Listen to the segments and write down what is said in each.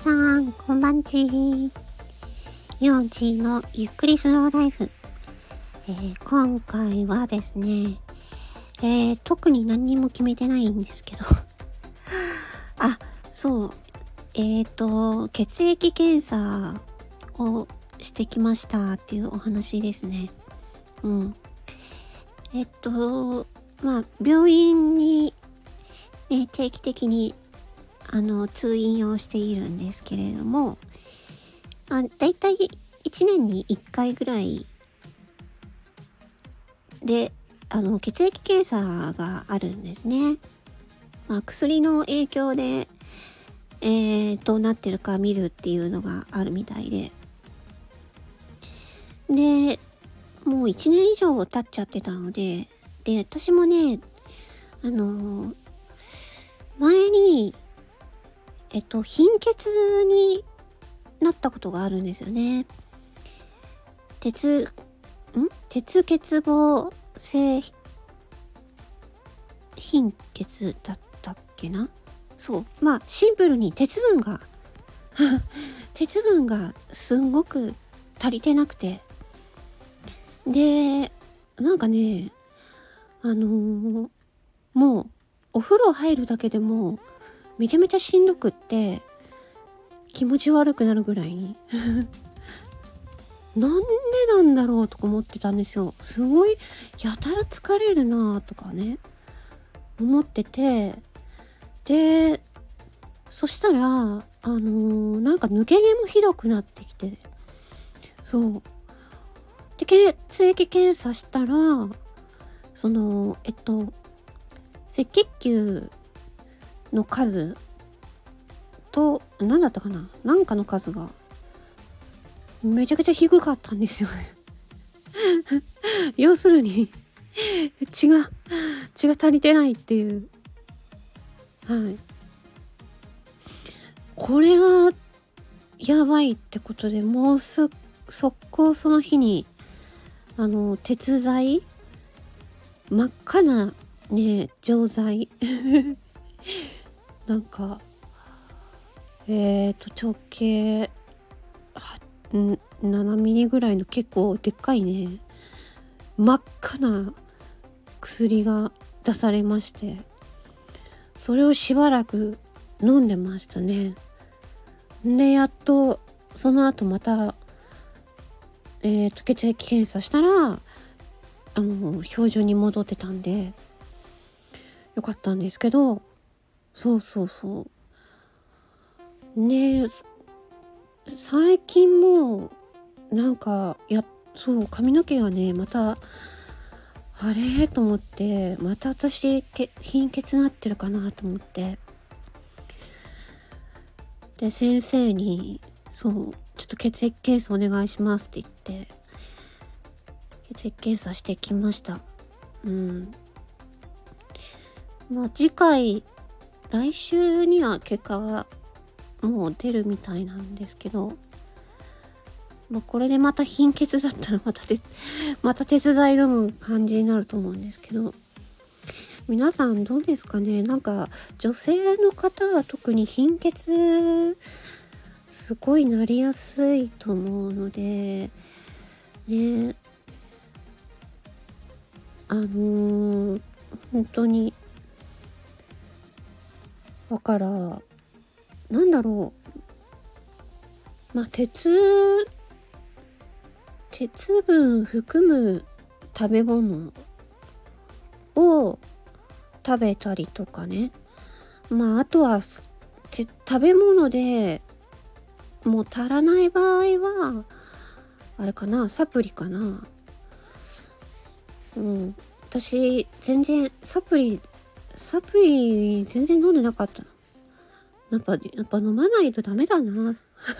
さん、こんばんち。ヨンチのゆっくりスローライフ。今回はですね、特に何にも決めてないんですけど。あ、そう。血液検査をしてきましたっていうお話ですね。うん。病院に、ね、定期的に通院をしているんですけれども、だいたい1年に1回ぐらいで、血液検査があるんですね。薬の影響で、どうなってるか見るっていうのがあるみたいで。で、もう1年以上経っちゃってたので、で、私もね、前に、貧血になったことがあるんですよね。鉄欠乏性貧血だったっけな。そう。シンプルに鉄分がすんごく足りてなくて。で、なんかね、もう、お風呂入るだけでも、めちゃめちゃしんどくって、気持ち悪くなるぐらいに。なんでなんだろうとか思ってたんですよ。すごい、やたら疲れるなとかね、思ってて、で、そしたら、なんか抜け毛もひどくなってきて、そう。で、血液検査したら、赤血球の数と、何だったかな、なんかの数が、めちゃくちゃ低かったんですよね。要するに血が足りてないっていう。はい。これはやばいってことで、もう速攻その日に鉄剤、真っ赤なね錠剤なんか直径7ミリぐらいの結構でっかいね真っ赤な薬が出されまして、それをしばらく飲んでましたね。で、やっとその後また血液検査したら標準に戻ってたんでよかったんですけど、そうね、最近もなんか髪の毛がねまたあれと思って、また私貧血なってるかなと思って、で先生にちょっと血液検査お願いしますって言って血液検査してきました。次回来週には結果がもう出るみたいなんですけど、これでまた貧血だったらまた鉄剤飲む感じになると思うんですけど、皆さんどうですかね。なんか女性の方は特に貧血すごいなりやすいと思うのでね、本当にだからなんだろう、鉄分含む食べ物を食べたりとかね。あとは食べ物でもう足らない場合はあれかな、サプリかな。私全然サプリ全然飲んでなかったの。やっぱ飲まないとダメだな。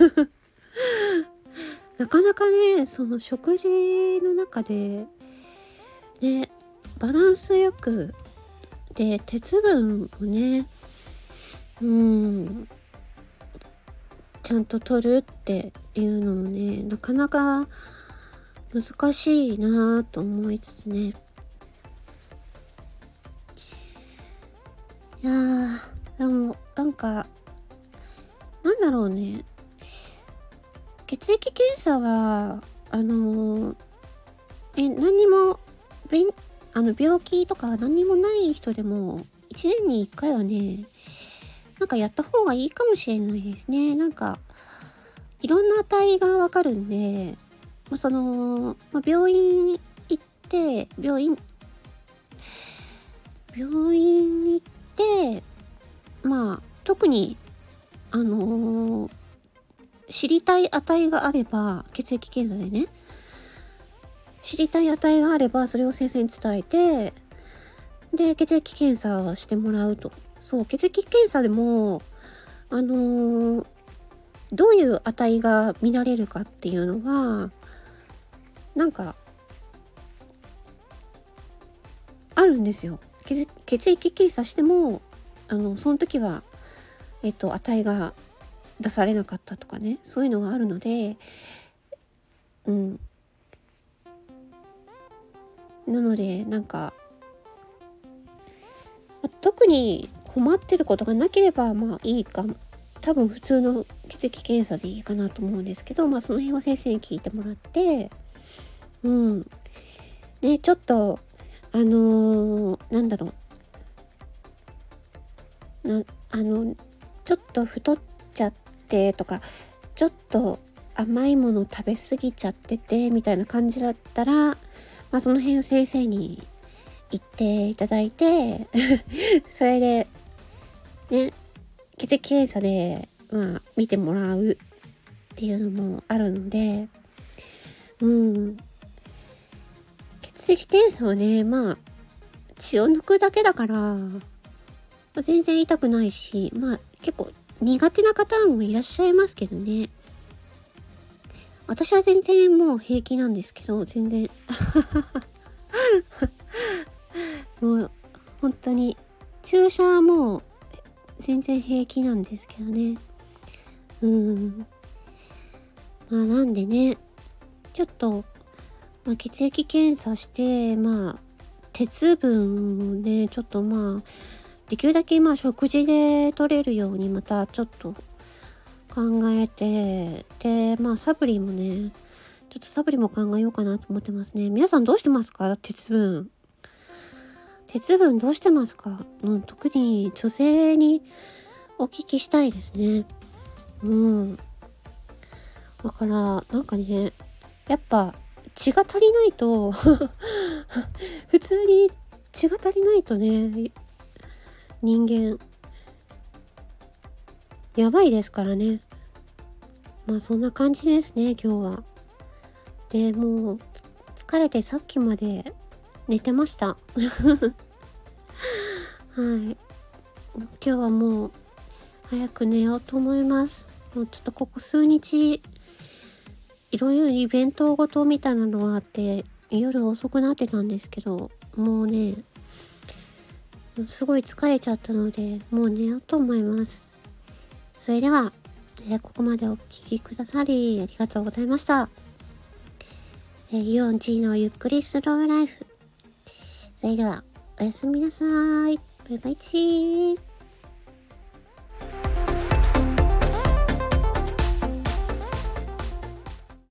なかなかね、その食事の中でね、バランスよくで鉄分をね、ちゃんと取るっていうのもね、なかなか難しいなと思いつつね。いやー、でもなんだろうね。血液検査は、何にも、病気とか何にもない人でも、1年に1回はね、なんかやった方がいいかもしれないですね。なんか、いろんな値がわかるんで、病院行って、病院に行って、特に、知りたい値があれば、血液検査でね、知りたい値があれば、それを先生に伝えて、で、血液検査をしてもらうと。そう、血液検査でも、どういう値が見られるかっていうのは、なんか、あるんですよ。血液検査しても、その時は、値が出されなかったとかね、そういうのがあるので、なので、なんか、特に困ってることがなければ、いいかも。多分普通の血液検査でいいかなと思うんですけど、その辺は先生に聞いてもらって、ね、ちょっと、なんだろう。ちょっと太っちゃってとか、ちょっと甘いもの食べ過ぎちゃってて、みたいな感じだったら、その辺を先生に言っていただいて、それで、ね、血液検査で、見てもらうっていうのもあるので、血液検査はね、血を抜くだけだから、全然痛くないし、結構苦手な方もいらっしゃいますけどね。私は全然もう平気なんですけど、全然。もう、本当に、注射はもう、全然平気なんですけどね。なんでね、ちょっと、血液検査して、鉄分をね、ちょっとできるだけ食事で取れるようにまたちょっと考えて、で、サプリもね、ちょっとサプリも考えようかなと思ってますね。皆さんどうしてますか？鉄分。鉄分どうしてますか？特に女性にお聞きしたいですね。だから、なんかね、やっぱ血が足りないと普通に血が足りないとね、人間やばいですからね。そんな感じですね、今日は。で、もう疲れてさっきまで寝てました。はい。今日はもう早く寝ようと思います。もうちょっとここ数日いろいろイベントごとみたいなのがあって夜遅くなってたんですけど、もうねすごい疲れちゃったのでもう寝ようと思います。それでは、ここまでお聞きくださりありがとうございました。ユオンチーのゆっくりスローライフ。それではおやすみなさい。バイバイチー。